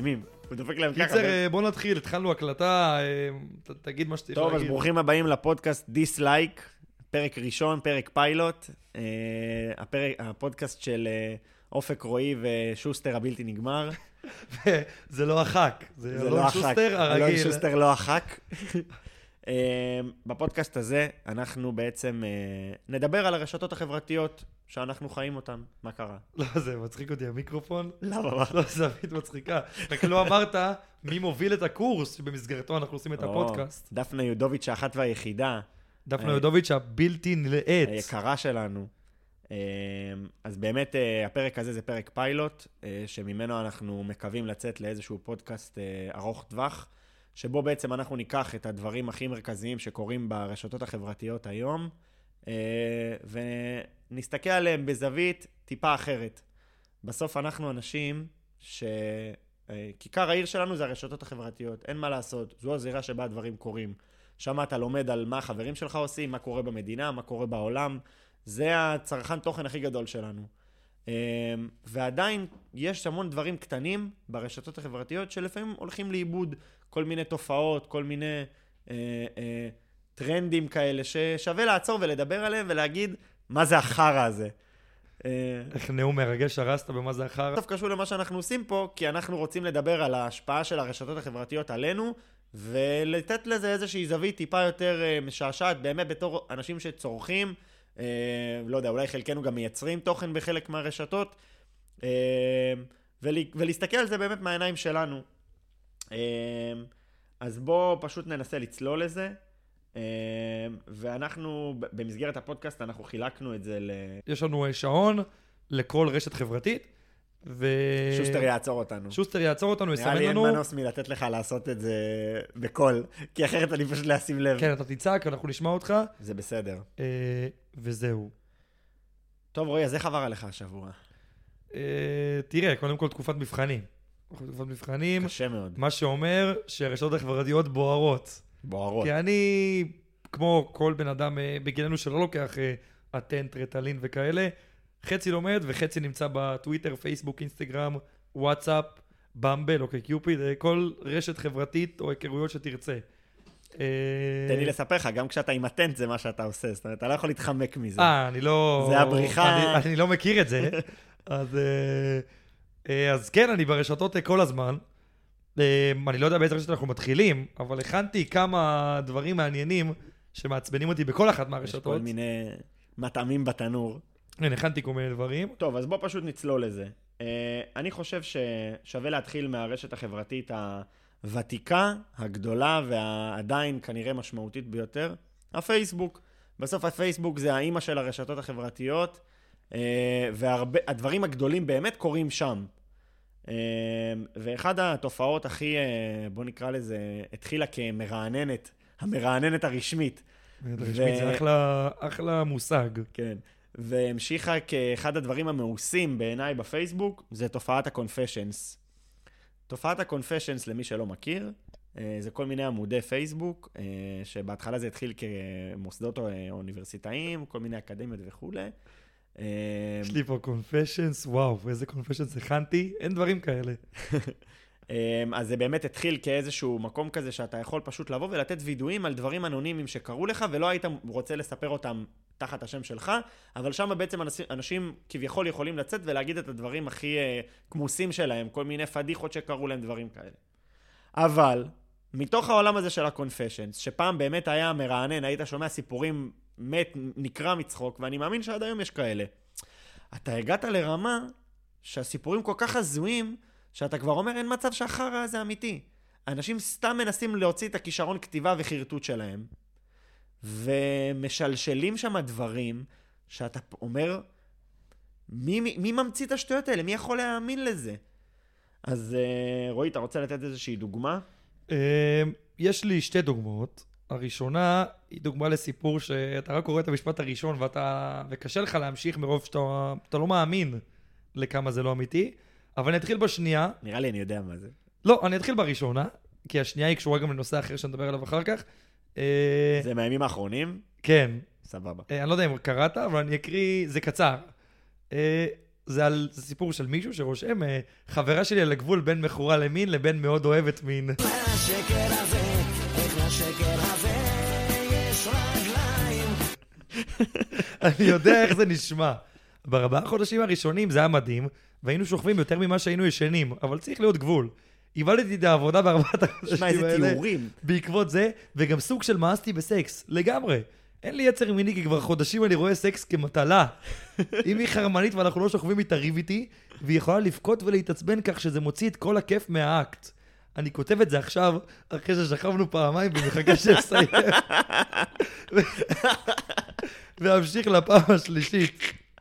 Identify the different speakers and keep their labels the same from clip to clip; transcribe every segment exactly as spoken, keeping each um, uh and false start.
Speaker 1: מדהימים. הוא דופק להם ככה.
Speaker 2: קיצר, בוא נתחיל, התחלנו הקלטה, תגיד מה שתהיה.
Speaker 1: טוב, אז ברוכים הבאים לפודקאסט דיסלייק, פרק ראשון, פרק פיילוט, הפודקאסט של אופק רועי ושוסטר הבלתי נגמר.
Speaker 2: זה לא החק, זה אלון שוסטר הרגיל.
Speaker 1: אלון שוסטר לא החק. בפודקאסט הזה אנחנו בעצם נדבר על הרשתות החברתיות שאנחנו חיים אותן. מה קרה?
Speaker 2: לא, זה מצחיק אותי, המיקרופון.
Speaker 1: למה?
Speaker 2: לא, זה זווית מצחיקה. רק לא אמרת מי מוביל את הקורס שבמסגרתו אנחנו עושים את הפודקאסט.
Speaker 1: דפנה יודוביץ' האחת והיחידה.
Speaker 2: דפנה יודוביץ' הבלתי נלעט.
Speaker 1: היקרה שלנו. אז באמת הפרק הזה זה פרק פיילוט, שממנו אנחנו מקווים לצאת לאיזשהו פודקאסט ארוך טווח, שבו בעצם אנחנו ניקח את הדברים הכי מרכזיים שקורים ברשתות החברתיות היום, ונסתכל עליהם בזווית טיפה אחרת. בסוף אנחנו אנשים שכיכר העיר שלנו זה הרשתות החברתיות, אין מה לעשות, זו הזירה שבה הדברים קורים. שם אתה לומד על מה החברים שלך עושים, מה קורה במדינה, מה קורה בעולם, זה הצרכן תוכן הכי גדול שלנו. ועדיין יש המון דברים קטנים ברשתות החברתיות שלפעמים הולכים לאיבוד, כל מיני תופעות, כל מיני אה, אה, טרנדים כאלה ששווה לעצור ולדבר עליהם ולהגיד מה זה החרא הזה.
Speaker 2: איך נאום מרגש הרסת במה זה החרא?
Speaker 1: טוב, קשור למה שאנחנו עושים פה, כי אנחנו רוצים לדבר על ההשפעה של הרשתות החברתיות עלינו, ולתת לזה איזושהי זווית טיפה יותר משעשעת, באמת בתור אנשים שצורכים, אה, לא יודע, אולי חלקנו גם מייצרים תוכן בחלק מהרשתות, אה, ולהסתכל על זה באמת מהעיניים שלנו. אז בוא פשוט ננסה לצלול לזה, ואנחנו, במסגרת הפודקאסט, אנחנו חילקנו את זה ל...
Speaker 2: יש לנו שעון לכל רשת חברתית, ו...
Speaker 1: שוסטר יעצור אותנו.
Speaker 2: שוסטר יעצור אותנו, יסמן לנו...
Speaker 1: נראה לי אין מנוס מלתת לך לעשות את זה בקול, כי אחרת אני פשוט לא אשים לב.
Speaker 2: כן, אתה תצעק, אנחנו נשמע אותך.
Speaker 1: זה בסדר.
Speaker 2: וזהו.
Speaker 1: טוב, רועי, אז איך עבר עליך השבוע?
Speaker 2: תראה, קודם כל תקופת מבחנים. תקופת מבחנים.
Speaker 1: קשה מאוד.
Speaker 2: מה שאומר שהרשתות החברתיות בוערות.
Speaker 1: בוערות.
Speaker 2: כי אני, כמו כל בן אדם בגילנו שלא לוקח אטנט, רטלין וכאלה, חצי לומד וחצי נמצא בטוויטר, פייסבוק, אינסטגרם, וואטסאפ, במבל, אוקיי, קיופיד, כל רשת חברתית או היכרויות שתרצה.
Speaker 1: תן לי לספר לך, גם כשאתה עם אטנט זה מה שאתה עושה, זאת אומרת, אתה לא יכול להתחמק מזה.
Speaker 2: אה, אני לא...
Speaker 1: זה הבריחה.
Speaker 2: אני לא מכיר את זה. אז... אז כן, אני ברשתות כל הזמן. אני לא יודע באיזה רשת אנחנו מתחילים, אבל הכנתי כמה דברים מעניינים שמעצבנים אותי בכל אחת מהרשתות.
Speaker 1: יש כל מיני מטעמים בתנור.
Speaker 2: כן, הכנתי כל מיני דברים.
Speaker 1: טוב, אז בוא פשוט נצלול לזה. אני חושב ששווה להתחיל מהרשת החברתית הוותיקה, הגדולה והעדיין כנראה משמעותית ביותר, הפייסבוק. בסוף הפייסבוק זה האמא של הרשתות החברתיות, והדברים הגדולים באמת קורים שם. ואחד התופעות הכי, בוא נקרא לזה, התחילה כמרעננת, המרעננת הרשמית.
Speaker 2: רשמית זה אחלה, אחלה מושג.
Speaker 1: כן. והמשיכה כאחד הדברים המאוסים בעיניי בפייסבוק, זה תופעת הקונפשנס. תופעת הקונפשנס, למי שלא מכיר, זה כל מיני עמודי פייסבוק, שבהתחלה זה התחיל כמוסדות אוניברסיטאיים, כל מיני אקדמיות וכו'.
Speaker 2: יש לי פה קונפשנס, וואו, איזה קונפשנס הכנתי, אין דברים כאלה.
Speaker 1: אז זה באמת התחיל כאיזשהו מקום כזה שאתה יכול פשוט לבוא ולתת וידועים על דברים אנונימיים שקרו לך, ולא היית רוצה לספר אותם תחת השם שלך, אבל שם בעצם אנשים כביכול יכולים לצאת ולהגיד את הדברים הכי כמוסים שלהם, כל מיני פדיחות שקרו להם, דברים כאלה. אבל מתוך העולם הזה של הקונפשנס, שפעם באמת היה מרענן, היית שומע סיפורים מת, נקרא מצחוק, ואני מאמין שעד היום יש כאלה. אתה הגעת לרמה שהסיפורים כל כך הזויים, שאתה כבר אומר, אין מצב שהחרא הזה אמיתי. האנשים סתם מנסים להוציא את הכישרון כתיבה וחירטוט שלהם, ומשלשלים שם דברים, שאתה אומר, מי, מי, מי ממציא את השטויות האלה? מי יכול להאמין לזה? אז רועי, אתה רוצה לתת איזושהי דוגמה?
Speaker 2: יש לי שתי דוגמאות. הראשונה היא דוגמה לסיפור שאתה רק קורא את המשפט הראשון ואתה, וקשה לך להמשיך מרוב שאתה אתה לא מאמין לכמה זה לא אמיתי, אבל אני אתחיל בשנייה.
Speaker 1: נראה לי אני יודע מה זה.
Speaker 2: לא, אני אתחיל בראשונה, כי השנייה היא קשורה גם לנושא אחר שנדבר עליו אחר כך.
Speaker 1: זה מהימים האחרונים?
Speaker 2: כן.
Speaker 1: סבבה.
Speaker 2: אני לא יודע אם קראת, אבל אני אקריא, זה קצר. זה על זה סיפור של מישהו שרושם, חברה שלי על הגבול בין מכורה למין לבין מאוד אוהבת מין.
Speaker 3: לשקר הזה, איך לשקר הזה, יש רגליים.
Speaker 2: אני יודע איך זה נשמע. בארבעה חודשים הראשונים זה היה מדהים, והיינו שוכבים יותר ממה שהיינו ישנים, אבל צריך להיות גבול. איבדתי את העבודה בארבעת החודשים האלה.
Speaker 1: שמע, איזה תיאורים.
Speaker 2: בעקבות זה, וגם סוג של מאסתי בסקס, לגמרי. אין לי יצר מיני, כי כבר חודשים אני רואה סקס כמטלה. אם היא חרמנית ואנחנו לא שוכבים היא תריב איתי, והיא יכולה לבכות ולהתעצבן כך שזה מוציא את כל הכיף מהאקט. אני כותב את זה עכשיו, אחרי ששכבנו פעמיים ומחכה שנסיים. והמשיך לפעם השלישית.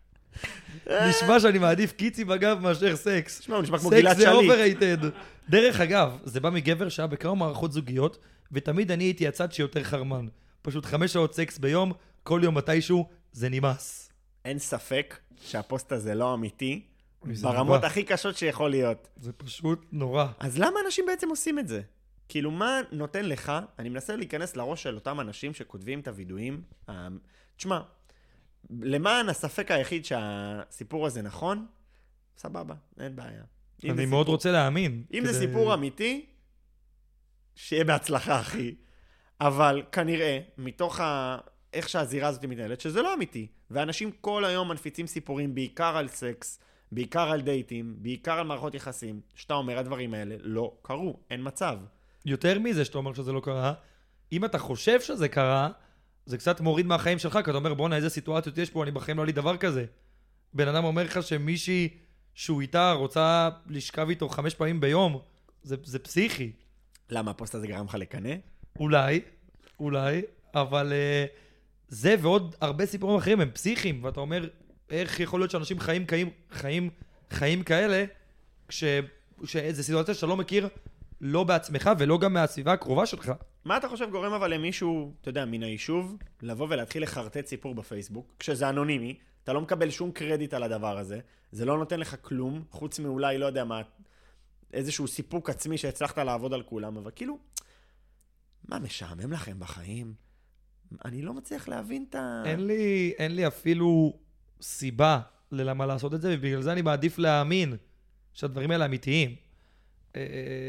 Speaker 2: נשמע שאני מעדיף קיצי בגב מאשר סקס.
Speaker 1: תשמע, הוא נשמע כמו גלעד שליט.
Speaker 2: סקס זה overrated. דרך אגב, זה בא מגבר שהיה בכמה מערכות זוגיות, ותמיד אני הייתי הצד שיותר חרמן. פשוט חמש שעות סקס ביום, כל יום מתישהו, זה נמאס.
Speaker 1: אין ספק שהפוסט הזה לא אמיתי,
Speaker 2: זה
Speaker 1: ברמות
Speaker 2: נורא.
Speaker 1: הכי קשות שיכול להיות.
Speaker 2: זה פשוט נורא.
Speaker 1: אז למה אנשים בעצם עושים את זה? כאילו, מה נותן לך? אני מנסה להיכנס לראש של אותם אנשים שכותבים את הוידואים. אה, תשמע, למען הספק היחיד שהסיפור הזה נכון, סבבה, אין בעיה. אם
Speaker 2: אני
Speaker 1: זה
Speaker 2: מאוד
Speaker 1: סיפור-
Speaker 2: רוצה להאמין.
Speaker 1: אם
Speaker 2: כדי-
Speaker 1: זה סיפור אמיתי, שיהיה בהצלחה, אחי. אבל כנראה, מתוך ה... איך שהזירה הזאת מתנהלת, שזה לא אמיתי. ואנשים כל היום מנפיצים סיפורים, בעיקר על סקס, בעיקר על דייטים, בעיקר על מערכות יחסים, שאתה אומר, הדברים האלה לא קרו, אין מצב.
Speaker 2: יותר מזה שאתה אומר שזה לא קרה, אם אתה חושב שזה קרה, זה קצת מוריד מהחיים שלך, כי אתה אומר, בוא'נה, איזה סיטואציות יש פה, אני בחיים לא היה לי דבר כזה. בן אדם אומר לך שמישהי שהוא איתה רוצה לשכב איתו חמש פעמים ביום, זה, זה פסיכי.
Speaker 1: למה הפוסט הזה גרם לך לקנא?
Speaker 2: אולי, אולי, אבל uh, זה ועוד הרבה סיפורים אחרים הם פסיכיים, ואתה אומר, איך יכול להיות שאנשים חיים, חיים, חיים, חיים כאלה, כש, שזה סיטואציה שאתה לא מכיר, לא בעצמך ולא גם מהסביבה הקרובה שלך.
Speaker 1: מה אתה חושב גורם אבל למישהו, אתה יודע, מן היישוב, לבוא ולהתחיל לחרטט סיפור בפייסבוק, כשזה אנונימי, אתה לא מקבל שום קרדיט על הדבר הזה, זה לא נותן לך כלום, חוץ מאולי, לא יודע מה, איזשהו סיפוק עצמי שהצלחת לעבוד על כולם, אבל כאילו, מה משעמם לכם בחיים? אני לא מצליח להבין את ה...
Speaker 2: אין לי, אין לי אפילו סיבה ללמה לעשות את זה, ובגלל זה אני מעדיף להאמין שהדברים האלה אמיתיים. אה,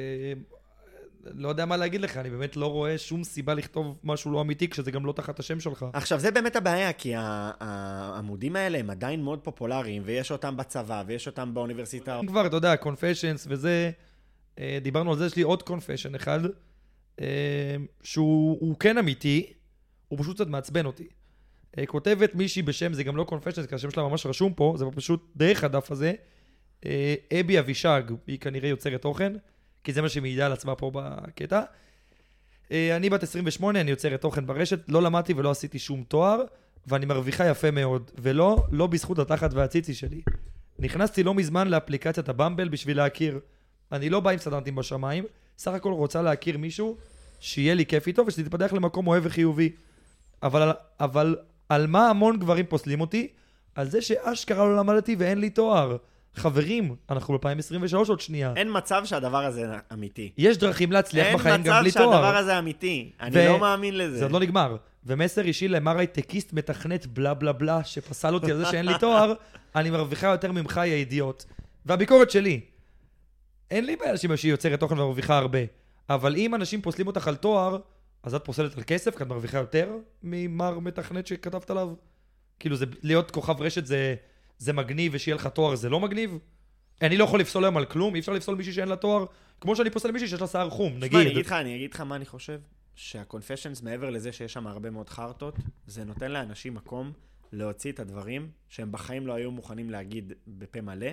Speaker 2: לא יודע מה להגיד לך, אני באמת לא רואה שום סיבה לכתוב משהו לא אמיתי, כשזה גם לא תחת השם שלך.
Speaker 1: עכשיו, זה באמת הבעיה, כי ה- העמודים האלה הם עדיין מאוד פופולריים, ויש אותם בצבא, ויש אותם באוניברסיטה.
Speaker 2: אם כבר, אתה יודע, קונפשיונס וזה, אה, דיברנו על זה, יש לי עוד קונפשן אחד, אה, שהוא הוא כן אמיתי, הוא פשוט קצת מעצבן אותי. אה, כותבת מישהי בשם, זה גם לא קונפשיונס, כי השם שלה ממש רשום פה, זה פשוט דרך הדף הזה, אה, אבי אבישג, היא כנראה יוצרת תוכן, כי זה מה שמעידה על עצמה פה בקטע. אה, אני בת עשרים ושמונה, אני יוצרת תוכן ברשת, לא למדתי ולא עשיתי שום תואר, ואני מרוויחה יפה מאוד, ולא, לא בזכות התחת והציצי שלי. נכנסתי לא מזמן לאפליקציית הבמבל בשביל להכיר. אני לא בא עם סטנדרטים בשמיים, סך הכל רוצה להכיר מישהו שיהיה לי כיף איתו ושתתפתח למקום אוהב וחיובי. אבל, אבל על מה המון גברים פוסלים אותי? על זה שאשכרה לא למדתי ואין לי תואר. חברים, אנחנו ב-אלפיים עשרים ושלוש עוד שנייה.
Speaker 1: אין מצב שהדבר הזה אמיתי.
Speaker 2: יש דרכים להצליח
Speaker 1: אין
Speaker 2: בחיים גם בלי
Speaker 1: מצב
Speaker 2: תואר.
Speaker 1: שהדבר הזה אמיתי. אני
Speaker 2: ו-
Speaker 1: לא מאמין לזה.
Speaker 2: זה עוד לא נגמר. ומסר אישי למר הייטקיסט מתכנת בלה בלה בלה שפסל אותי על זה שאין לי תואר, אני מרוויחה יותר ממך, יא אידיוט. והביקורת שלי. אין לי בעיה אנשים שהיא יוצרת תוכן ומרוויחה הרבה. אבל אם אנשים פוסלים אותך על תואר, אז את פוסלת על כסף, כי את מרוויחה יותר ממר מתכנת שכתבת עליו. כאילו, זה, להיות כוכב רשת זה, זה מגניב, ושיהיה לך תואר זה לא מגניב. אני לא יכול לפסול היום על כלום, אי אפשר לפסול מישהי שאין לה תואר, כמו שאני פוסל מישהי שיש לה שיער חום, נגיד.
Speaker 1: תשמע, אני אגיד לך, אני אגיד לך מה אני חושב. שהקונפשיונס, מעבר לזה שיש שם הרבה מאוד חרטות, זה נותן לאנשים מקום להוציא את הדברים שהם בחיים לא היו מוכנים להגיד בפה מלא,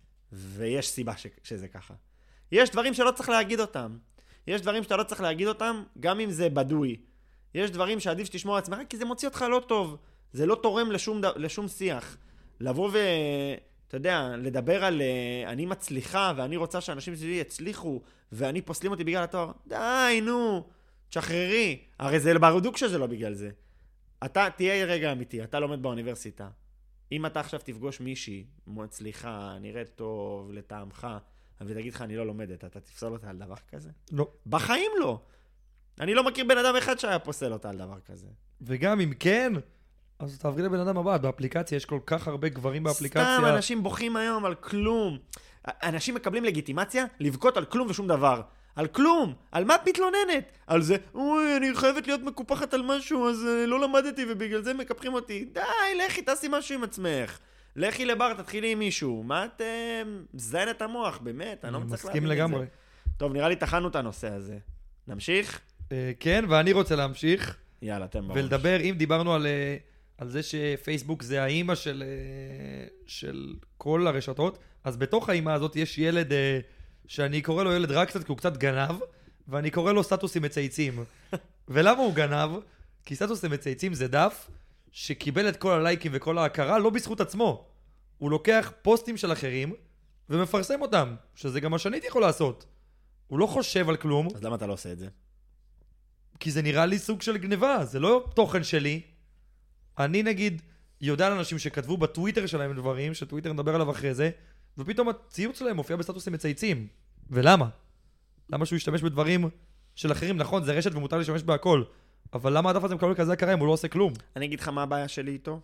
Speaker 1: ויש סיבה ש- שזה ככה. יש דברים שלא צריך להגיד אותם. יש דברים שאתה לא צריך להגיד אותם, גם אם זה בדוי. יש דברים שעדיף שתשמור על עצמך, כי זה מוציא אותך לא טוב. זה לא תורם לשום, ד... לשום שיח. לבוא ו... אתה יודע, לדבר על uh, אני מצליחה, ואני רוצה שאנשים סביבי יצליחו, ואני פוסלים אותי בגלל התואר. די, נו, תשחררי. הרי זה ברדוק שזה לא בגלל זה. אתה תהיה רגע אמיתי, אתה לומד באוניברסיטה. אם אתה עכשיו תפגוש מישהי, מצליחה, נראית טוב, לטעמך, ותגיד לך, אני לא לומדת, אתה תפסול אותה על דבר כזה?
Speaker 2: לא.
Speaker 1: בחיים לא. אני לא מכיר בן אדם אחד שהיה פוסל אותה על דבר כזה.
Speaker 2: וגם אם כן, אז תעברי לבן אדם הבא, באפליקציה, יש כל כך הרבה גברים באפליקציה.
Speaker 1: סתם, אנשים בוכים היום על כלום. אנשים מקבלים לגיטימציה לבכות על כלום ושום דבר. על כלום! על מה את מתלוננת? על זה, אוי, אני חייבת להיות מקופחת על משהו, אז uh, לא למדתי ובגלל זה מקפחים אותי. די, לכי, תעשי משהו עם עצמך. לכי לבר, תתחילי עם מישהו. מה את uh, זיין את המוח, באמת? אני לא מצליח להבין את זה.
Speaker 2: מסכים לגמרי.
Speaker 1: טוב, נראה לי תחנו את הנושא הזה. נמשיך?
Speaker 2: Uh, כן, ואני רוצה להמשיך.
Speaker 1: יאללה, אתם בראש.
Speaker 2: ולדבר, אם דיברנו על, על זה שפייסבוק זה האימא של, של כל הרשתות, אז בתוך האימא הזאת יש ילד שאני קורא לו ילד רק קצת, כי הוא קצת גנב, ואני קורא לו סטטוסים מצייצים. ולמה הוא גנב? כי סטטוסים מצייצים זה דף שקיבל את כל הלייקים וכל ההכרה לא בזכות עצמו. הוא לוקח פוסטים של אחרים ומפרסם אותם, שזה גם מה שאני הייתי יכול לעשות. הוא לא חושב על כלום.
Speaker 1: אז למה אתה לא עושה את זה?
Speaker 2: כי זה נראה לי סוג של גניבה, זה לא תוכן שלי. אני נגיד יודע על אנשים שכתבו בטוויטר שלהם דברים, שטוויטר נדבר עליו אחרי זה, ופתאום הציוץ שלהם מופיע בסטטוסים מצייצים. ולמה? למה שהוא ישתמש בדברים של אחרים? נכון, זה רשת ומותר להשתמש בהכל. אבל למה הדף הזה מקבל כזה הכרה אם הוא לא עושה כלום?
Speaker 1: אני אגיד לך מה הבעיה שלי איתו.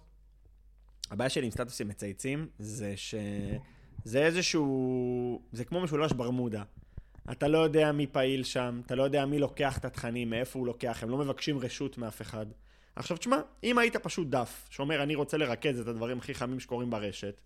Speaker 1: הבעיה שלי עם סטטוסים מצייצים זה שזה איזשהו... זה כמו משולש ברמודה. אתה לא יודע מי פעיל שם, אתה לא יודע מי לוקח את התכנים, מאיפה הוא לוקח, הם לא מבקשים רשות מאף אחד. עכשיו תשמע, אם היית פשוט דף שאומר אני רוצה לרכז את הדברים הכי חמים שקורים ברשת,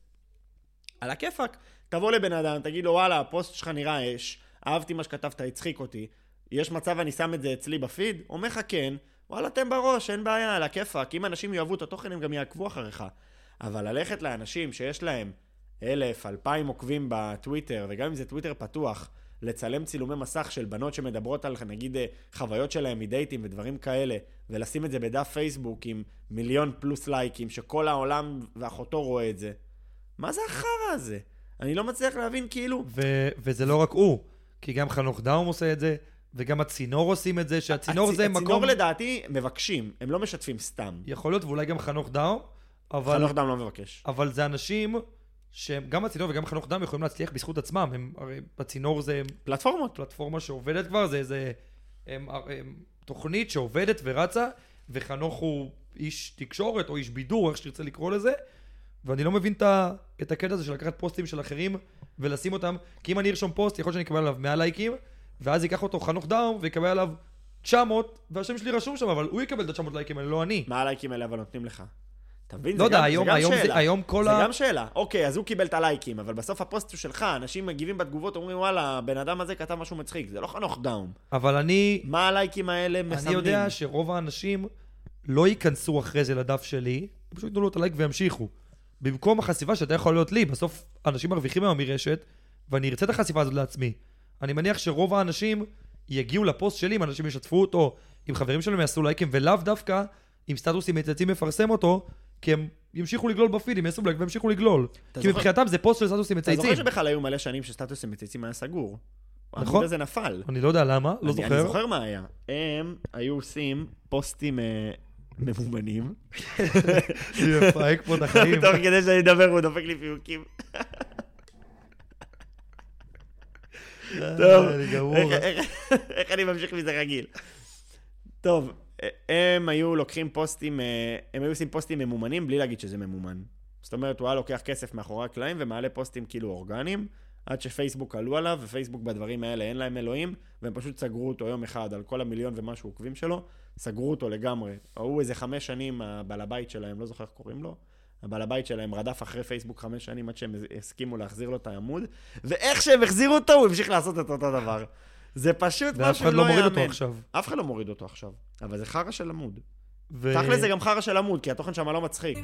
Speaker 1: על הכיפק, תבוא לבן אדם, תגיד לו וואלה, הפוסט שלך נראה אש, אהבתי מה שכתבת, הצחיק אותי, יש מצב אני שם את זה אצלי בפיד? אומר לך כן, וואלה אתם בראש, אין בעיה, על הכיפק, אם אנשים יאהבו את התוכן הם גם יעקבו אחריך. אבל ללכת לאנשים שיש להם אלף, אלפיים עוקבים בטוויטר, וגם אם זה טוויטר פתוח, לצלם צילומי מסך של בנות שמדברות על, נגיד, חוויות שלהם מדייטים ודברים כאלה, ולשים את זה בדף פייסבוק עם מיליון פלוס לייקים, שכל העולם ואחותו רואה את זה. מה זה החרא הזה? אני לא מצליח להבין כאילו...
Speaker 2: ו- וזה לא רק הוא, כי גם חנוך דאום עושה את זה, וגם הצינור עושים את זה, שהצינור
Speaker 1: הצ...
Speaker 2: זה
Speaker 1: הצינור
Speaker 2: מקום...
Speaker 1: הצינור לדעתי מבקשים, הם לא משתפים סתם.
Speaker 2: יכול להיות, ואולי גם חנוך דאום, אבל...
Speaker 1: חנוך דאום לא מבקש.
Speaker 2: אבל זה אנשים... שגם הצינור וגם חנוך דם יכולים להצליח בזכות עצמם. הם, הרי הצינור זה...
Speaker 1: פלטפורמות.
Speaker 2: פלטפורמה שעובדת כבר, זה איזה הם, הם, תוכנית שעובדת ורצה, וחנוך הוא איש תקשורת או איש בידור, איך שתרצה לקרוא לזה, ואני לא מבין את הקטע הזה של לקחת פוסטים של אחרים ולשים אותם, כי אם אני ארשום פוסט, יכול להיות שאני אקבל עליו מאה לייקים, ואז ייקח אותו חנוך דם ויקבל עליו תשע מאות, והשם שלי רשום שם, אבל הוא יקבל את ה-תשע מאות לייקים, לא אני.
Speaker 1: מה הלייקים האלה אבל נותנים לך? תבין,
Speaker 2: לא יודע, היום, היום, זה, היום כל
Speaker 1: זה
Speaker 2: ה...
Speaker 1: גם שאלה. אוקיי, אז הוא קיבל את הלייקים, אבל בסוף הפוסט שלך, אנשים מגיבים בתגובות, אומרים, וואלה, בן אדם הזה כתב משהו מצחיק, זה לא חנוך דאום.
Speaker 2: אבל אני...
Speaker 1: מה הלייקים האלה מסמנים?
Speaker 2: אני יודע שרוב האנשים לא ייכנסו אחרי זה לדף שלי, פשוט יתנו לו את הלייק וימשיכו. במקום החשיפה שאתה יכול להיות לי, בסוף אנשים מרוויחים היום מרשת, ואני ארצה את החשיפה הזאת לעצמי. אני מניח שרוב האנשים יגיעו לפוסט שלי, אם אנשים ישתפו אותו, אם חברים שלהם יעשו לייקים, ולאו דווקא, אם סטטוסים מצייצים מפרסם אותו, כי הם ימשיכו לגלול בפיד, הם יעשו לייק וימשיכו לגלול. כי מבחינתם זה פוסט של סטטוסים מצייצים.
Speaker 1: אתה זוכר שבכלל היו מלא שנים שסטטוסים מצייצים היה סגור?
Speaker 2: נכון.
Speaker 1: העמוד הזה נפל.
Speaker 2: אני לא יודע למה, לא
Speaker 1: אני,
Speaker 2: זוכר.
Speaker 1: אני זוכר מה היה. הם היו עושים פוסטים אה, ממומנים.
Speaker 2: אני מפהק פה את החיים.
Speaker 1: תוך כדי שאני אדבר הוא דופק לי פיוקים. טוב, איך אני ממשיך מזה רגיל? טוב, הם היו לוקחים פוסטים, הם היו עושים פוסטים ממומנים בלי להגיד שזה ממומן. זאת אומרת, הוא היה לוקח כסף מאחורי הקלעים ומעלה פוסטים כאילו אורגניים, עד שפייסבוק עלו עליו, ופייסבוק בדברים האלה אין להם אלוהים, והם פשוט סגרו אותו יום אחד על כל המיליון ומשהו עוקבים שלו, סגרו אותו לגמרי. הוא איזה חמש שנים, הבעל הבית שלהם, לא זוכר איך קוראים לו, הבעל הבית שלהם רדף אחרי פייסבוק חמש שנים עד שהם הסכימו להחזיר לו את העמוד, ואיך שהם החזירו אותו, הוא המשיך לעשות את אותו דבר. זה פשוט משהו לא יאמן. אף אחד לא מוריד אותו עכשיו, אבל זה חרא של עמוד. תכל'ס זה גם חרא של עמוד, כי התוכן שם לא מצחיק.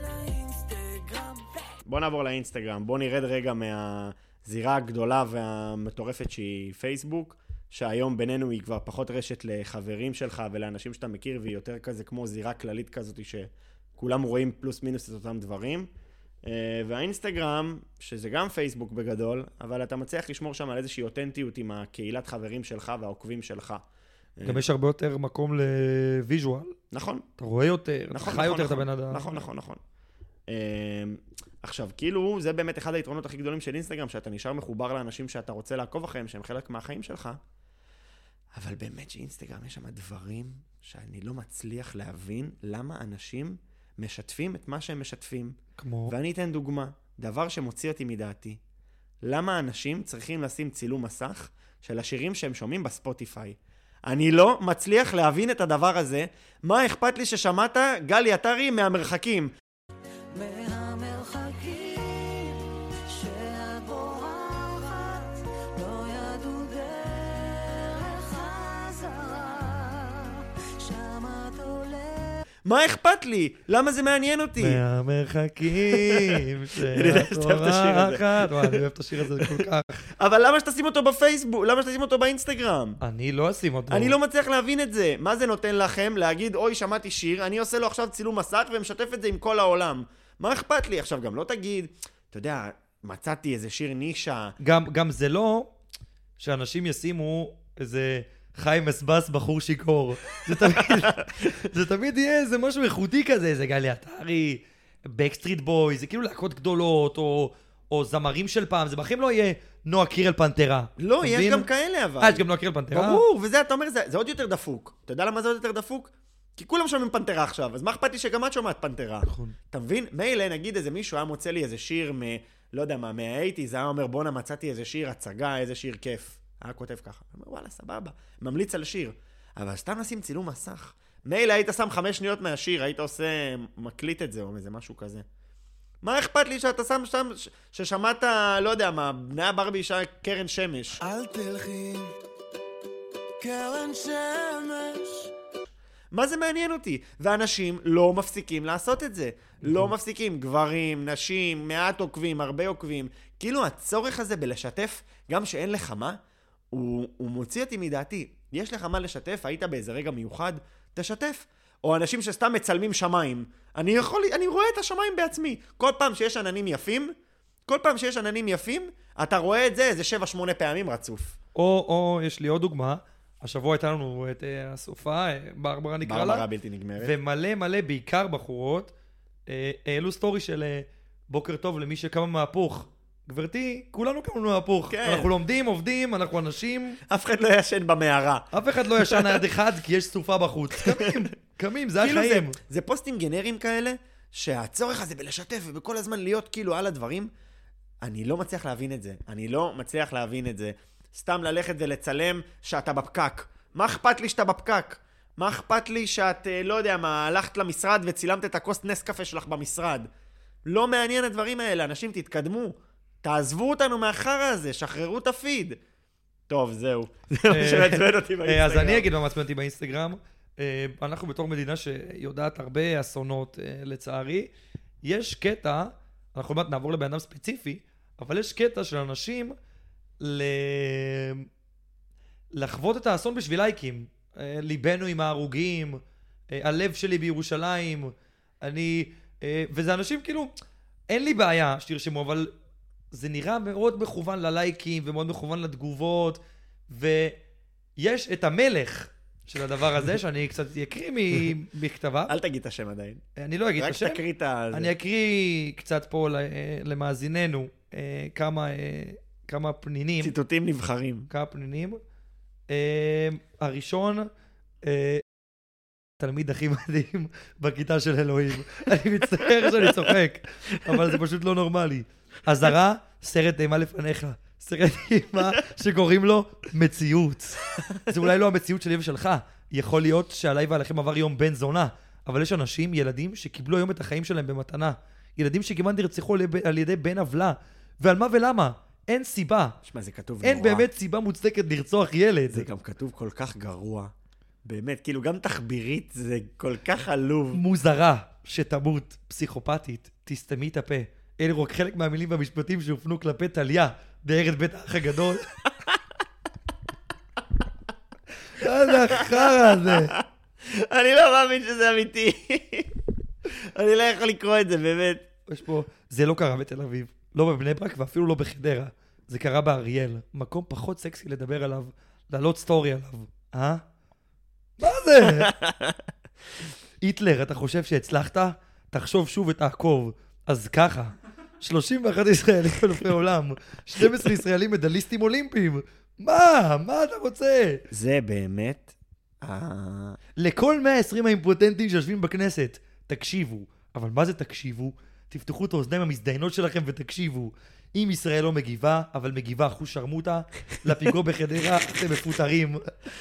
Speaker 1: בוא נעבור לאינסטגרם, בוא נרד רגע מהזירה הגדולה והמטורפת שהיא פייסבוק, שהיום בינינו היא כבר פחות רשת לחברים שלך ולאנשים שאתה מכיר, והיא יותר כזה כמו זירה כללית כזאת שכולם רואים פלוס מינוס את אותם דברים. והאינסטגרם, שזה גם פייסבוק בגדול, אבל אתה מצליח לשמור שם על איזושהי אותנטיות עם הקהילת חברים שלך והעוקבים שלך.
Speaker 2: גם יש הרבה יותר מקום לוויז'ואל.
Speaker 1: נכון.
Speaker 2: אתה רואה יותר, אתה
Speaker 1: נכון,
Speaker 2: חי
Speaker 1: נכון,
Speaker 2: יותר
Speaker 1: נכון,
Speaker 2: את הבן אדם.
Speaker 1: נכון, נכון, נכון. עכשיו, כאילו, זה באמת אחד היתרונות הכי גדולים של אינסטגרם, שאתה נשאר מחובר לאנשים שאתה רוצה לעקוב אחריהם, שהם חלק מהחיים שלך. אבל באמת שאינסטגרם יש שם דברים שאני לא מצליח להבין למה אנשים משתפים את מה שהם משתפים.
Speaker 2: כמו...
Speaker 1: ואני אתן דוגמה, דבר שמוציא אותי מדעתי. למה אנשים צריכים לשים צילום מסך של השירים שהם שומעים בספוטיפיי? אני לא מצליח להבין את הדבר הזה. מה אכפת לי ששמעת גלי עטרי מהמרחקים?
Speaker 3: מהמרחקים שאת בורחת לא ידעו דרך חזרה שם את הולכת.
Speaker 1: מה אכפת לי? למה זה מעניין אותי?
Speaker 2: מהמרחקים
Speaker 1: אני יודע שאתה אוהב את השיר הזה.
Speaker 2: שאת וואי, אני אוהב את השיר הזה כל כך.
Speaker 1: אבל למה שתשים אותו בפייסבוק? למה שתשים אותו באינסטגרם?
Speaker 2: אני לא אשים אותו.
Speaker 1: אני לא מצליח להבין את זה. מה זה נותן לכם להגיד, אוי, שמעתי שיר, אני עושה לו עכשיו צילום מסך ומשתף את זה עם כל העולם. מה אכפת לי? עכשיו גם לא תגיד, אתה יודע, מצאתי איזה שיר נישה.
Speaker 2: גם, גם זה לא שאנשים ישימו איזה חיים מסבס בחור שיקור. זה תמיד, זה תמיד יהיה איזה משהו איכותי כזה, איזה גלי עטרי, בקסטריט בוי, זה כאילו להקות גדולות, או, או זמרים של פעם, זה בכם לא יהיה נועה קירל פנתרה.
Speaker 1: לא, יש גם כאלה אבל.
Speaker 2: אה, יש גם נועה קירל פנתרה?
Speaker 1: ברור, וזה, אתה אומר, זה, זה עוד יותר דפוק. אתה יודע למה זה עוד יותר דפוק? כי כולם שומעים פנתרה עכשיו, אז מה אכפת לי שגם את שומעת פנתרה?
Speaker 2: נכון.
Speaker 1: אתה מבין? מילא, נגיד איזה מישהו היה מוצא לי איזה שיר מ... לא יודע מה, מה-שמונים, זה היה אומר, בונה, מצאתי איזה שיר הצגה, איזה שיר כיף. היה כותב ככה. אני אומר, וואלה, סבבה. ממליץ על שיר. אבל סתם נשים צילום מסך. מילא, היית שם חמש שניות מהשיר, היית עושה, מקליט את זה, או איזה משהו כזה. מה אכפת לי שאתה שם שם, ששמעת, לא יודע מה, בני הברבי אישה קרן שמש?
Speaker 3: אל תלכי קרן שמש.
Speaker 1: מה זה מעניין אותי? ואנשים לא מפסיקים לעשות את זה. לא מפסיקים. גברים, נשים, מעט עוקבים, הרבה עוקבים. כאילו הצורך הזה בלשתף, גם שאין לך מה, הוא, הוא מוציא אותי מדעתי. יש לך מה לשתף? היית באיזה רגע מיוחד? תשתף. או אנשים שסתם מצלמים שמיים. אני יכול, אני רואה את השמיים בעצמי. כל פעם שיש עננים יפים, כל פעם שיש עננים יפים, אתה רואה את זה איזה שבע שמונה פעמים רצוף.
Speaker 2: או, או, יש לי עוד דוגמה. השבוע הייתה לנו את uh, הסופה, ברברה נקרא לה.
Speaker 1: ברברה בלתי נגמרת.
Speaker 2: ומלא מלא, בעיקר בחורות, העלו uh, סטורי של uh, בוקר טוב למי שקמה מהפוך. גברתי, כולנו קמנו מהפוך.
Speaker 1: כן.
Speaker 2: אנחנו לומדים, עובדים, אנחנו אנשים.
Speaker 1: אף אחד לא ישן במערה.
Speaker 2: אף אחד לא ישן עד אחד כי יש סופה בחוץ. קמים, קמים, זה
Speaker 1: כאילו
Speaker 2: החיים.
Speaker 1: זה, זה פוסטים גנריים כאלה, שהצורך הזה בלשתף ובכל הזמן להיות כאילו על הדברים, אני לא מצליח להבין את זה. אני לא מצליח להבין את זה. סתם ללכת ולצלם שאתה בפקק. מה אכפת לי שאתה בפקק? מה אכפת לי שאת, לא יודע מה, הלכת למשרד וצילמת את הכוס נס קפה שלך במשרד? לא מעניין הדברים האלה. אנשים תתקדמו. תעזבו אותנו מהחרא הזה, שחררו את הפיד. טוב, זהו. זהו שמעצבן אותי באינסטגרם.
Speaker 2: אז אני אגיד מה מעצבן אותי באינסטגרם. אנחנו בתור מדינה שיודעת הרבה אסונות, לצערי. יש קטע, אנחנו עוד מעט נעבור לבן אדם ספציפי, אבל יש קטע של אנשים ל... לחוות את האסון בשביל לייקים. ליבנו עם ההרוגים, הלב שלי בירושלים, אני... וזה אנשים כאילו, אין לי בעיה שתרשמו, אבל זה נראה מאוד מכוון ללייקים ומאוד מכוון לתגובות, ויש את המלך של הדבר הזה, שאני קצת אקריא מכתבה.
Speaker 1: אל תגיד את השם עדיין.
Speaker 2: אני לא אגיד את השם.
Speaker 1: רק תקריא את זה.
Speaker 2: אני אקריא קצת פה למאזיננו כמה... כמה פנינים.
Speaker 1: ציטוטים נבחרים.
Speaker 2: כמה פנינים. הראשון, תלמיד הכי מדהים בכיתה של אלוהים. אני מצטער שאני צוחק, אבל זה פשוט לא נורמלי. הזרה, סרט אימה לפניך. סרט אימה שקוראים לו מציאות. זה אולי לא המציאות שלי ושלך. יכול להיות שעליי ועליכם עבר יום בן זונה, אבל יש אנשים, ילדים, שקיבלו היום את החיים שלהם במתנה. ילדים שכמעט נרצחו על ידי בן עוולה. ועל מה ולמה? אין סיבה.
Speaker 1: שמה, זה כתוב
Speaker 2: אין
Speaker 1: נורא.
Speaker 2: באמת סיבה מוצדקת לרצוח ילד.
Speaker 1: זה גם כתוב כל כך גרוע. באמת, כאילו גם תחבירית זה כל כך עלוב.
Speaker 2: מוזרה שתמות, פסיכופתית, תסתמי את הפה. אלו רק חלק מהמילים והמשפטים שהופנו כלפי טליה, דהרת בית האח הגדול. מה זה החרא הזה?
Speaker 1: אני לא מאמין שזה אמיתי. אני לא יכול לקרוא את זה, באמת.
Speaker 2: יש פה, זה לא קרה בתל אביב. לא בבני ברק ואפילו לא בחדרה. זה קרה באריאל. מקום פחות סקסי לדבר עליו, לעלות סטורי עליו. אה? מה זה? היטלר, אתה חושב שהצלחת? תחשוב שוב ותעקוב. אז ככה, שלושים ואחד ישראלים אלופי עולם, שנים עשר ישראלים מדליסטים אולימפיים. מה? מה אתה רוצה?
Speaker 1: זה באמת...
Speaker 2: לכל מאה ועשרים האימפוטנטים שיושבים בכנסת, תקשיבו, אבל מה זה תקשיבו? תפתחו את האוזניים המזדיינות שלכם ותקשיבו. אם ישראל לא מגיבה, אבל מגיבה אחוז שרמוטה, לפיגוע בחדרה, אתם מפוטרים.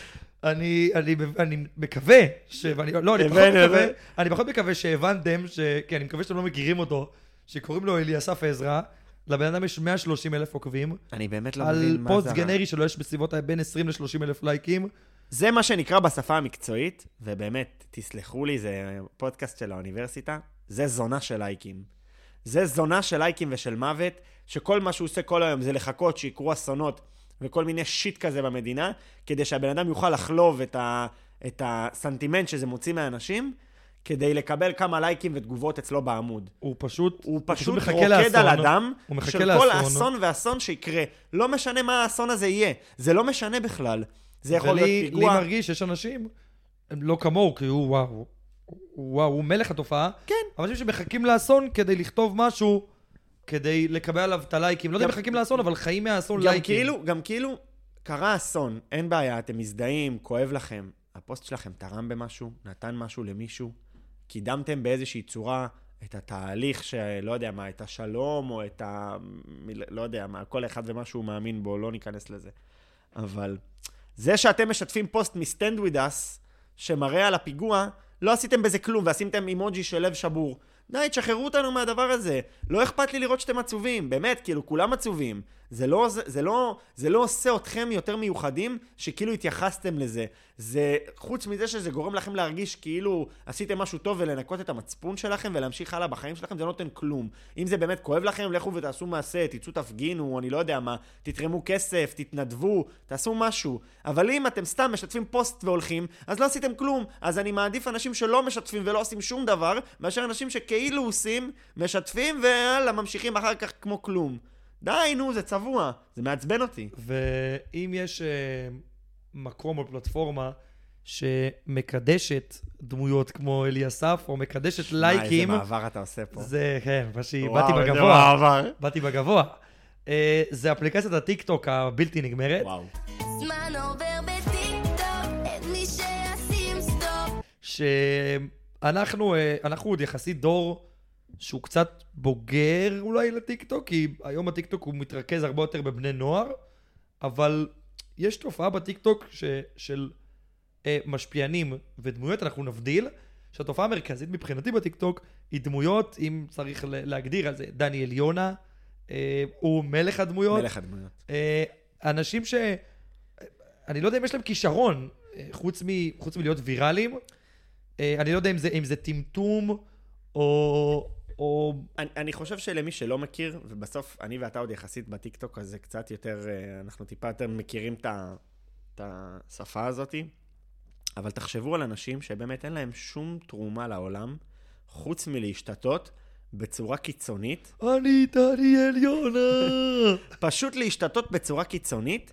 Speaker 2: אני, אני, אני מקווה, ש... ואני, לא, אני פחות מקווה, אני פחות מקווה שהבנתם, ש... כן, אני מקווה שאתם לא מכירים אותו, שקוראים לו אליסף עזרא, לבן אדם יש מאה ושלושים אלף עוקבים.
Speaker 1: אני באמת לא מבין מה זה.
Speaker 2: על פוסט גנרי שלו יש בסביבות בין עשרים ל-שלושים אלף לייקים.
Speaker 1: זה מה שנקרא בשפה המקצועית, ובאמת, תסלחו לי, זה פודקאסט של האוניברסיטה, זה זונה של לייקים. זה זונה של לייקים ושל מוות, שכל מה שהוא עושה כל היום זה לחכות שיקרו אסונות וכל מיני שיט כזה במדינה, כדי שהבן אדם יוכל לחלוב את, ה, את הסנטימנט שזה מוציא מהאנשים, כדי לקבל כמה לייקים ותגובות אצלו בעמוד.
Speaker 2: הוא פשוט,
Speaker 1: הוא פשוט,
Speaker 2: הוא פשוט
Speaker 1: רוקד על אדם של
Speaker 2: לאסון.
Speaker 1: כל האסון והאסון שיקרה. לא משנה מה האסון הזה יהיה. זה לא משנה בכלל. זה יכול
Speaker 2: ולי,
Speaker 1: להיות פיגוע.
Speaker 2: לי מרגיש שיש אנשים, הם לא כמוהו, כי הוא וואו, וואו, הוא מלך התופעה.
Speaker 1: כן.
Speaker 2: אבל אנשים שמחכים לאסון כדי לכתוב משהו, כדי לקבל עליו את הלייקים. לא יודע אם מחכים לאסון, אבל חיים מהאסון
Speaker 1: גם
Speaker 2: לייקים.
Speaker 1: כאילו, גם כאילו, קרה אסון, אין בעיה, אתם מזדהים, כואב לכם. הפוסט שלכם תרם במשהו, נתן משהו למישהו, קידמתם באיזושהי צורה את התהליך שלא יודע מה, את השלום או את ה... לא יודע מה, כל אחד ומה שהוא מאמין בו, לא ניכנס לזה. אבל זה שאתם משתפים פוסט מ-Stand With Us, שמראה על הפיגוע, לא עשיתם בזה כלום, ועשיתם אימוג'י של לב שבור. די, תשחררו אותנו מהדבר הזה. לא אכפת לי לראות שאתם עצובים. באמת, כאילו, כולם עצובים. זה לא, זה, זה לא, זה לא עושה אתכם יותר מיוחדים שכאילו התייחסתם לזה. זה, חוץ מזה שזה גורם לכם להרגיש כאילו עשיתם משהו טוב ולנקות את המצפון שלכם ולהמשיך הלאה בחיים שלכם, זה לא נותן כלום. אם זה באמת כואב לכם, לכו ותעשו מעשה, תצאו תפגינו, אני לא יודע מה, תתרמו כסף, תתנדבו, תעשו משהו. אבל אם אתם סתם משתפים פוסט והולכים, אז לא עשיתם כלום. אז אני מעדיף אנשים שלא משתפים ולא עושים שום דבר, מאשר אנשים שכאילו עושים, משתפים ויאללה, ממשיכים אחר כך כמו כלום. די, נו, זה צבוע. זה מעצבן אותי.
Speaker 2: ואם יש uh, מקום או פלטפורמה שמקדשת דמויות כמו אליסף, או מקדשת לייקים...
Speaker 1: מה, איזה מעבר אתה עושה פה.
Speaker 2: זה, כן, באתי
Speaker 1: וואו, איזה
Speaker 2: בגבוה.
Speaker 1: מעבר.
Speaker 2: באתי בגבוה. Uh, זה אפליקציית הטיק טוק הבלתי נגמרת.
Speaker 1: וואו.
Speaker 3: זמן עובר בטיקטוק, אין מי שישים סטופ.
Speaker 2: שאנחנו uh, אנחנו עוד יחסית דור שהוא קצת בוגר אולי לטיקטוק, כי היום הטיקטוק הוא מתרכז הרבה יותר בבני נוער, אבל יש תופעה בטיקטוק ש, של אה, משפיענים ודמויות, אנחנו נבדיל, שהתופעה המרכזית מבחינתי בטיקטוק היא דמויות, אם צריך להגדיר על זה, דניאל יונה, אה, הוא מלך הדמויות.
Speaker 1: מלך הדמויות.
Speaker 2: אה, אנשים ש... אני לא יודע אם יש להם כישרון, אה, חוץ, מ, חוץ מלהיות ויראליים, אה, אני לא יודע אם זה, אם זה טמטום, או... או...
Speaker 1: אני, אני חושב שלמי שלא מכיר, ובסוף אני ואתה עוד יחסית בטיקטוק הזה קצת יותר, אנחנו טיפה יותר מכירים את, ה, את השפה הזאת, אבל תחשבו על אנשים שבאמת אין להם שום תרומה לעולם, חוץ מלהשתתות בצורה קיצונית.
Speaker 2: אני דניאל יונה!
Speaker 1: פשוט להשתתות בצורה קיצונית,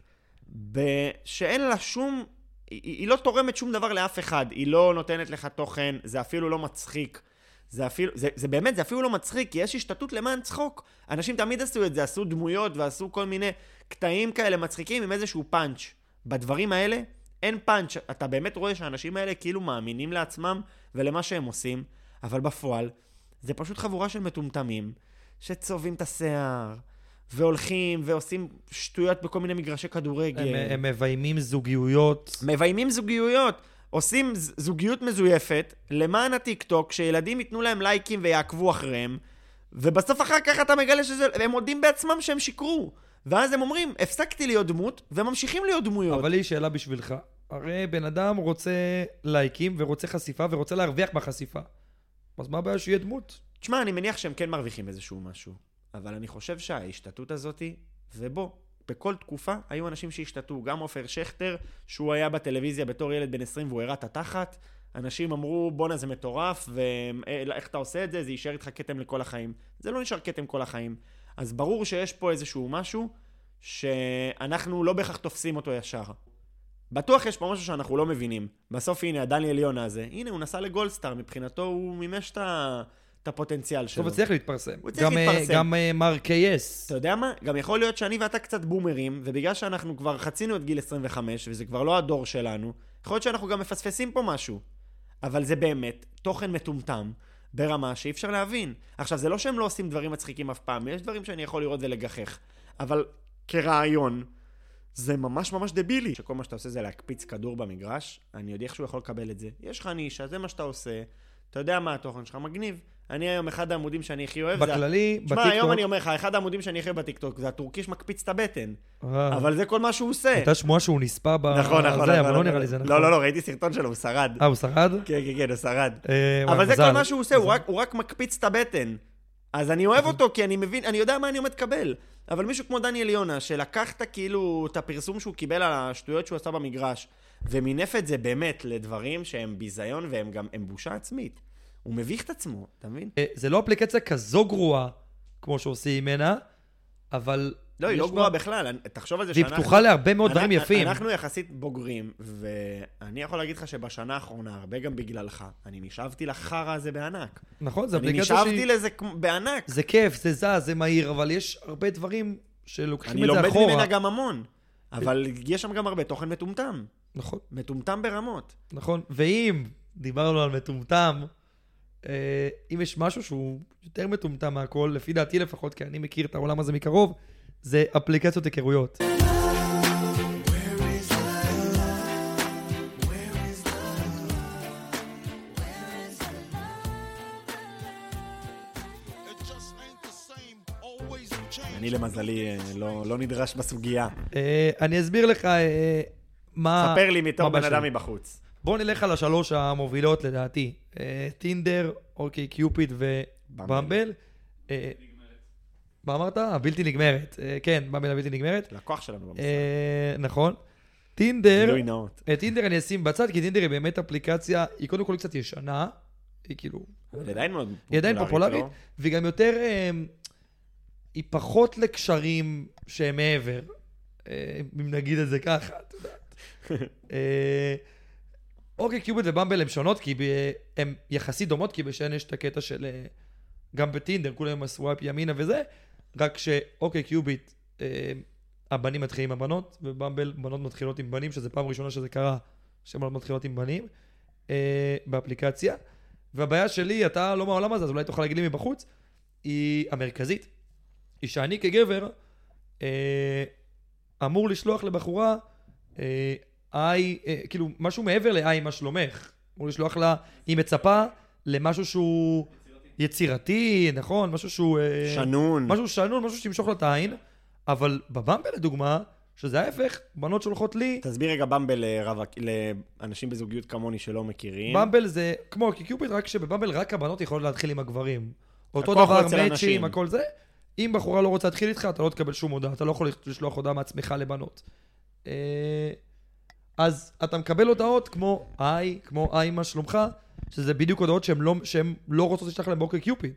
Speaker 1: שאין לה שום... היא, היא לא תורמת שום דבר לאף אחד, היא לא נותנת לך תוכן, זה אפילו לא מצחיק. זה אפילו, זה, זה באמת, זה אפילו לא מצחיק, כי יש השתתות למען צחוק. אנשים תמיד עשו את זה, עשו דמויות ועשו כל מיני קטעים כאלה מצחיקים עם איזשהו פאנץ'. בדברים האלה אין פאנץ'. אתה באמת רואה שהאנשים האלה כאילו מאמינים לעצמם ולמה שהם עושים, אבל בפועל זה פשוט חבורה של מטומטמים שצובעים את השיער והולכים ועושים שטויות בכל מיני מגרשי כדורגל.
Speaker 2: הם, הם מביימים זוגיות.
Speaker 1: מביימים זוגיות. עושים זוגיות מזויפת למען הטיקטוק, שילדים ייתנו להם לייקים ויעקבו אחריהם, ובסוף אחר כך אתה מגלה שהם מודים בעצמם שהם שיקרו. ואז הם אומרים, הפסקתי להיות דמות, וממשיכים להיות דמויות.
Speaker 2: אבל היא שאלה בשבילך. הרי בן אדם רוצה לייקים ורוצה חשיפה ורוצה להרוויח מהחשיפה. אז מה הבעיה שיהיה דמות?
Speaker 1: תשמע, אני מניח שהם כן מרוויחים איזשהו משהו. אבל אני חושב שההשתתות הזאת, ובוא, בכל תקופה היו אנשים שהשתתו, גם עופר שכטר, שהוא היה בטלוויזיה בתור ילד בן עשרים והוא הראה את התחת, אנשים אמרו, בונה זה מטורף, ואיך אתה עושה את זה, זה יישאר איתך כתם לכל החיים. זה לא נשאר כתם כל החיים. אז ברור שיש פה איזשהו משהו, שאנחנו לא בהכרח תופסים אותו ישר. בטוח יש פה משהו שאנחנו לא מבינים. בסוף הנה, הדניאל יונה הזה, הנה, הוא נסע לגולדסטאר, מבחינתו הוא מימש את ה... את הפוטנציאל שלו.
Speaker 2: הוא צריך להתפרסם.
Speaker 1: הוא צריך להתפרסם.
Speaker 2: גם מר קייס.
Speaker 1: אתה יודע מה? גם יכול להיות שאני ואתה קצת בומרים, ובגלל שאנחנו כבר חצינו את גיל עשרים וחמש, וזה כבר לא הדור שלנו, יכול להיות שאנחנו גם מפספסים פה משהו. אבל זה באמת תוכן מטומטם, ברמה שאי אפשר להבין. עכשיו, זה לא שהם לא עושים דברים מצחיקים אף פעם, יש דברים שאני יכול לראות ולגחך, אבל כרעיון, זה ממש ממש דבילי. שכל מה שאתה עושה זה להקפיץ כדור במגרש, אני יודע איך שהוא יכול לקבל את זה. יש לך נישה, זה מה שאתה עושה, אתה יודע מה התוכן שלך מגניב. אני היום אחד העמודים שאני הכי אוהב,
Speaker 2: בכללי,
Speaker 1: זה...
Speaker 2: בטיקטוק...
Speaker 1: תשמע, היום אני אומר לך, אחד העמודים שאני הכי אוהב בטיקטוק, זה הטורקי שמקפיץ את הבטן. אבל זה כל מה שהוא עושה.
Speaker 2: הייתה שמועה שהוא נספה בזה,
Speaker 1: נכון, נכון,
Speaker 2: אבל
Speaker 1: נכון,
Speaker 2: לא נראה לי זה נכון.
Speaker 1: לא, לא, לא, ראיתי סרטון שלו, הוא שרד.
Speaker 2: אה, הוא שרד?
Speaker 1: כן, כן, כן, הוא שרד.
Speaker 2: אה,
Speaker 1: אבל זה
Speaker 2: מזל.
Speaker 1: כל מה שהוא עושה, הוא רק- הוא רק מקפיץ את הבטן. אז אני אוהב אותו, כי אני מבין, אני יודע מה אני עומד לקבל. אבל מישהו כמו דניאל יונה, שלקחת כאילו את הפרסום שהוא קיבל על השטויות שהוא עשה במגרש, ומינף את זה באמת לדברים שהם ביזיון והם גם, הם בושה עצמית. הוא מביך את עצמו, אתה מבין?
Speaker 2: אה, זה לא אפליקציה כזו גרועה, כמו שעושים ממנה, אבל...
Speaker 1: לא, היא
Speaker 2: יש
Speaker 1: לא
Speaker 2: בה-
Speaker 1: גרועה בכלל. אני- תחשוב על זה
Speaker 2: והיא
Speaker 1: שאנחנו...
Speaker 2: פתוחה להרבה מאוד דברים
Speaker 1: אנחנו-
Speaker 2: יפים.
Speaker 1: אנחנו יחסית בוגרים, ואני יכול להגיד לך שבשנה האחרונה, הרבה גם בגללך, אני נשאבתי לחרא הזה בענק.
Speaker 2: נכון, זה
Speaker 1: אני
Speaker 2: אפליקציה
Speaker 1: נשאבתי
Speaker 2: שהיא...
Speaker 1: לזה כמו- בענק.
Speaker 2: זה כיף, זה זז, זה מהיר, אבל יש הרבה דברים שלוקחים
Speaker 1: אני
Speaker 2: את זה
Speaker 1: לומד
Speaker 2: אחורה.
Speaker 1: ממנה גם המון, אבל יש שם גם הרבה תוכן מטומטם.
Speaker 2: נכון,
Speaker 1: מטומטם ברמות.
Speaker 2: נכון. ואם דיברנו על מטומטם, אה, אם יש משהו שהוא יותר מטומטם מהכל, לפי דעתי לפחות, כי אני מכיר את העולם הזה מקרוב, זה אפליקציות היכרויות.
Speaker 1: אני למזלי אה, לא לא נדרש בסוגיה.
Speaker 2: אה, אני אסביר לך אה, מה...
Speaker 1: ספר לי מתור
Speaker 2: מה
Speaker 1: בן
Speaker 2: בשביל.
Speaker 1: אדם מבחוץ.
Speaker 2: בוא נלך על השלוש המובילות לדעתי. אה, טינדר, אוקיי קיופיד ובמבל. אה, מה אמרת? הבלתי נגמרת. אה, כן, במבל הבלתי נגמרת.
Speaker 1: לקוח שלנו במשרד.
Speaker 2: אה, נכון. טינדר,
Speaker 1: גילוי נאות.
Speaker 2: את טינדר אני אשים בצד, כי טינדר היא באמת אפליקציה, היא קודם כל קצת ישנה, היא כאילו,
Speaker 1: היא עדיין מאוד
Speaker 2: היא עדיין פופולרית,
Speaker 1: לא?
Speaker 2: והיא גם יותר, אה, היא פחות לקשרים שהם מעבר, אה, אם נגיד את זה ככה, את יודעת. אה, אוקיי, קיוביט ובמבל הן שונות, כי הן יחסית דומות, כי בשן יש את הקטע של, אה, גם בטינדר, כולם עם הסוואפ ימינה וזה, רק שאוקיי, קיוביט, אה, הבנים מתחילים עם הבנות, ובמבל בנות מתחילות עם בנים, שזה פעם ראשונה שזה קרה, שבנות מתחילות עם בנים, אה, באפליקציה. והבעיה שלי, אתה לא מהעולם הזה, אז אולי תוכל להגיד לי מבחוץ, היא המרכזית. היא שאני כגבר, אה, אמור לשלוח לבחורה, אה, היי, אה, כאילו, משהו מעבר להי, מה שלומך. אמור לשלוח לה, היא מצפה למשהו שהוא יצירתי, נכון? משהו שהוא... אה,
Speaker 1: שנון.
Speaker 2: משהו שנון, משהו שימשוך לה את העין. אבל בבמבל, לדוגמה, שזה ההפך, בנות שולחות לי,
Speaker 1: תסביר רגע במבל לרווק- לאנשים בזוגיות כמוני שלא מכירים.
Speaker 2: במבל זה כמו קיופיד, רק שבבמבל רק הבנות יכולות להתחיל עם הגברים. אותו
Speaker 1: הכוח הוא
Speaker 2: דבר,
Speaker 1: אצל
Speaker 2: מאצ'ים,
Speaker 1: הנשים.
Speaker 2: הכל זה. אם בחורה לא רוצה להתחיל איתך, אתה לא תקבל שום הודעה, אתה לא יכול לשלוח הודעה מעצמך לבנות. אה, אז אתה מקבל הודעות כמו היי, כמו היי, מה שלומך, שזה בדיוק הודעות שהן לא, שהן לא רוצות לשלוח להם באוקיי קיופיד.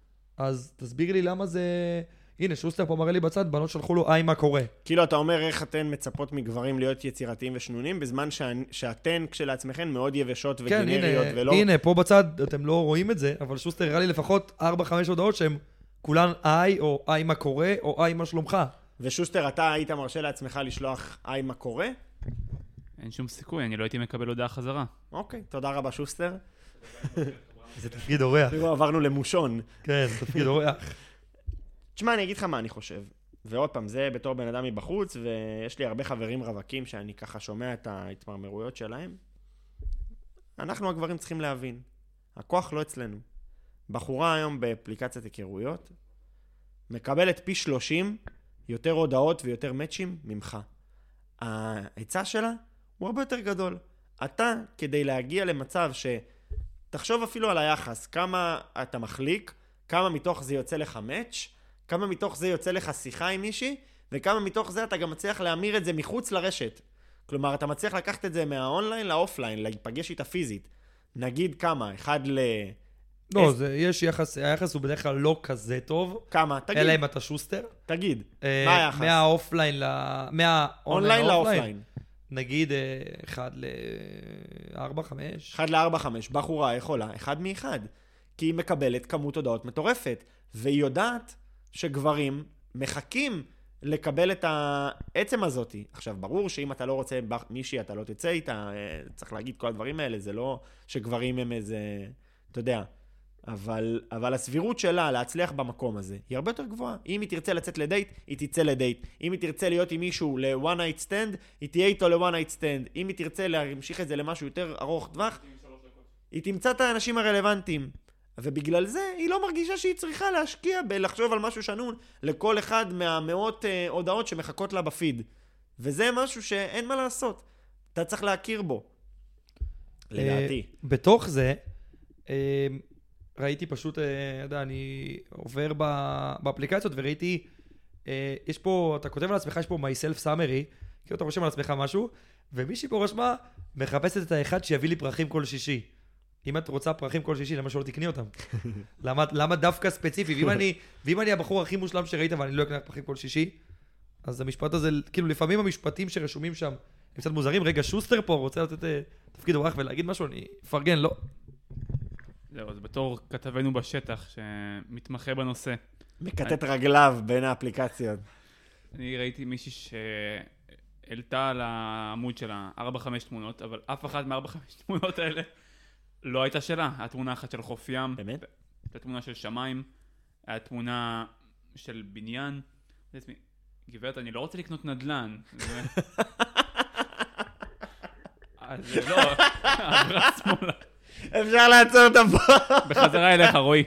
Speaker 2: אז תסביר לי למה זה... הנה, שוסטר פה מראה לי בצד, בנות שלחו לו, היי, מה קורה?
Speaker 1: כאילו, אתה אומר איך אתן מצפות מגברים להיות יצירתיים ושנונים, בזמן שה- שאתן כשלעצמכן מאוד יבשות
Speaker 2: כן,
Speaker 1: וגנריות
Speaker 2: הנה,
Speaker 1: ולא...
Speaker 2: הנה, פה בצד, אתם לא רואים את זה, אבל שוסטר הראה לי לפחות ארבע חמש הודעות שהן כולן היי, או היי, מה קורה, או היי, מה שלומך.
Speaker 1: ושוסטר, אתה היית מרשה לעצמך לשלוח היי מה קורה?
Speaker 4: אין שום סיכוי, אני לא הייתי מקבל הודעה חזרה.
Speaker 1: אוקיי, תודה רבה שוסטר.
Speaker 2: זה תפקיד אורח.
Speaker 1: תראו, עברנו למושון.
Speaker 2: כן, תפקיד אורח.
Speaker 1: תשמע, אני אגיד לך מה אני חושב. ועוד פעם, זה בתור בן אדם מבחוץ, ויש לי הרבה חברים רווקים שאני ככה שומע את ההתמרמרויות שלהם. אנחנו הגברים צריכים להבין. הכוח לא אצלנו. בחורה היום באפליקציית היכרויות, מקבלת פי שלושים יותר הודעות ויותר מאצ'ים ממך. ההיצע שלה הוא הרבה יותר גדול. אתה, כדי להגיע למצב ש... תחשוב אפילו על היחס, כמה אתה מחליק, כמה מתוך זה יוצא לך מאץ', כמה מתוך זה יוצא לך שיחה עם מישהי, וכמה מתוך זה אתה גם מצליח להמיר את זה מחוץ לרשת. כלומר, אתה מצליח לקחת את זה מהאונליין לאופליין, להיפגש איתה פיזית. נגיד כמה, אחד ל...
Speaker 2: לא, זה, יש יחס, היחס הוא בדרך כלל לא כזה טוב,
Speaker 1: כמה? תגיד,
Speaker 2: אלא אם אתה שוסטר.
Speaker 1: תגיד.
Speaker 2: אה,
Speaker 1: מה היחס?
Speaker 2: מהאופליין ל... מהאונליין
Speaker 1: אונליין
Speaker 2: לאופליין.
Speaker 1: לאופליין.
Speaker 2: נגיד אה, אחד לארבע, חמש.
Speaker 1: אחד לארבע, חמש. בחורה יכולה, אחד מאחד. כי היא מקבלת כמות הודעות מטורפת. והיא יודעת שגברים מחכים לקבל את העצם הזאת. עכשיו, ברור שאם אתה לא רוצה מישהי, אתה לא תצא איתה. צריך להגיד כל הדברים האלה. זה לא שגברים הם איזה, אתה יודע, אבל, אבל הסבירות שלה להצליח במקום הזה היא הרבה יותר גבוהה. אם היא תרצה לצאת לדייט, היא תצא לדייט. אם היא תרצה להיות עם מישהו ל-one night stand, היא תהיה איתו ל-one night stand. אם היא תרצה להמשיך את זה למשהו יותר ארוך טווח, היא תמצא את האנשים הרלוונטיים. ובגלל זה היא לא מרגישה שהיא צריכה להשקיע בלחשוב על משהו שנון לכל אחד מהמאות אה, הודעות שמחכות לה בפיד. וזה משהו שאין מה לעשות. אתה צריך להכיר בו. לדעתי.
Speaker 2: בתוך זה, ראיתי פשוט, יודע, אני עובר באפליקציות וראיתי, יש פה, אתה כותב על עצמך, יש פה myself summary, כי אתה רושם על עצמך משהו, ומישהי פה רשמה, מחפשת את האחד שיביא לי פרחים כל שישי. אם את רוצה פרחים כל שישי, למה שלא תקני אותם? למה, למה דווקא ספציפי? ואם אני, ואם אני הבחור הכי מושלם שראית, ואני לא אקנה פרחים כל שישי, אז המשפט הזה, כאילו לפעמים המשפטים שרשומים שם, הם קצת מוזרים. רגע, שוסטר פה רוצה לתת תפקיד אורח ולהגיד משהו, אני אפרגן, לא.
Speaker 4: זהו, אז בתור כתבנו בשטח שמתמחה בנושא.
Speaker 1: מקטט רגליו בין האפליקציות.
Speaker 4: אני ראיתי מישהי שהעלתה על העמוד שלה ארבע חמש תמונות, אבל אף אחת מארבע חמש תמונות האלה לא הייתה שלה. היה תמונה אחת של חוף ים.
Speaker 1: באמת?
Speaker 4: הייתה תמונה של שמיים. היה תמונה של בניין. גברת, אני לא רוצה לקנות נדל"ן. אז לא, עברה שמאלה.
Speaker 1: אפשר לעצור אותם פה.
Speaker 4: בחזרה אליך, רועי.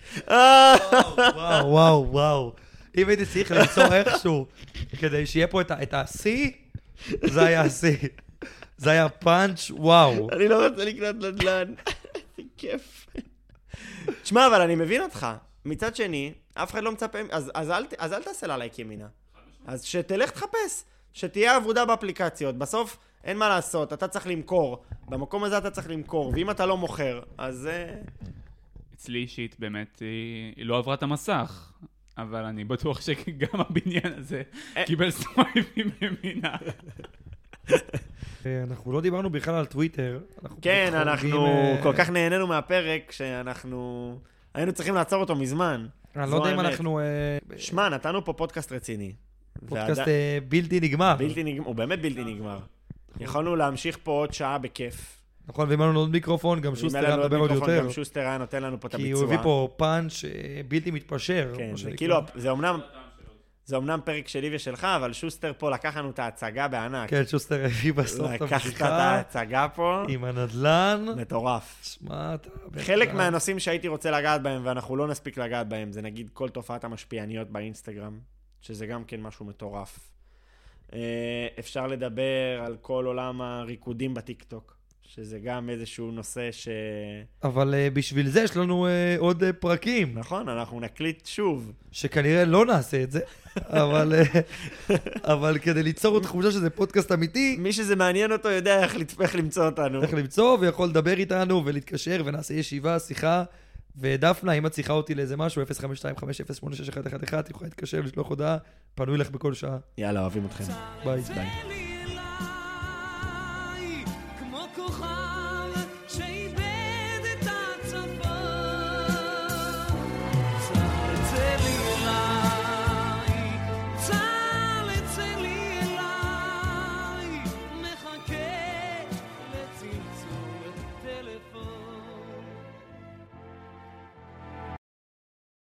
Speaker 2: וואו, וואו, וואו. אם הייתי צריך למצוא איכשהו, כדי שיהיה פה את ה-C, זה היה ה-C. זה היה פאנץ', וואו.
Speaker 1: אני לא רוצה לקנות נדל"ן. זה כיף. תשמע, אבל אני מבין אותך. מצד שני, אף אחד לא מצפה, אז, אז, אל, אז אל תעשה לה לייק ימינה. אז שתלך תחפש, שתהיה עבודה באפליקציות. בסוף אין מה לעשות, אתה צריך למכור. במקום הזה אתה צריך למכור, ואם אתה לא מוכר, אז...
Speaker 4: אצלי אישית באמת, היא, היא לא עברה את המסך, אבל אני בטוח שגם הבניין הזה קיבל סמייבים ימינה.
Speaker 2: אנחנו לא דיברנו בכלל על טוויטר.
Speaker 1: כן, אנחנו כל כך נהנינו מהפרק שאנחנו... היינו צריכים לעצור אותו מזמן.
Speaker 2: אני לא יודע אם אנחנו...
Speaker 1: שמע, נתנו פה פודקאסט רציני.
Speaker 2: פודקאסט בלתי נגמר.
Speaker 1: בלתי נגמר, הוא באמת בלתי נגמר. יכולנו להמשיך פה עוד שעה בכיף.
Speaker 2: נכון, ואם היה לנו עוד מיקרופון, גם שוסטר היה מדבר עוד יותר.
Speaker 1: גם שוסטר היה נותן לנו פה את הביצוע.
Speaker 2: כי הוא הביא פה פאנץ' בלתי מתפשר.
Speaker 1: כן, זה כאילו, זה אומנם... זה אומנם פרק שלי ושלך, אבל שוסטר פה לקח לנו את ההצגה בענק.
Speaker 2: כן, שוסטר הביא בסוף את
Speaker 1: לקח את ההצגה פה.
Speaker 2: עם הנדלן.
Speaker 1: מטורף.
Speaker 2: שמע, אתה...
Speaker 1: חלק מהנושאים שהייתי רוצה לגעת בהם, ואנחנו לא נספיק לגעת בהם, זה נגיד כל תופעת המשפיעניות באינסטגרם, שזה גם כן משהו מטורף. אפשר לדבר על כל עולם הריקודים בטיקטוק, שזה גם איזשהו נושא ש...
Speaker 2: אבל uh, בשביל זה יש לנו uh, עוד uh, פרקים.
Speaker 1: נכון, אנחנו נקליט שוב.
Speaker 2: שכנראה לא נעשה את זה, אבל, uh, אבל כדי ליצור עוד תחושה שזה פודקאסט אמיתי...
Speaker 1: מי שזה מעניין אותו יודע איך, איך למצוא אותנו.
Speaker 2: איך למצוא ויכול לדבר איתנו ולהתקשר ונעשה ישיבה, שיחה. ודפנה, אם את שיחה אותי לאיזה משהו, אפס חמש שתיים חמש אפס שמונה שש אחת אחת אחת, יכולה להתקשר, לשלוח הודעה, פנוי לך בכל שעה.
Speaker 1: יאללה, אוהבים אתכם.
Speaker 2: ביי. ביי.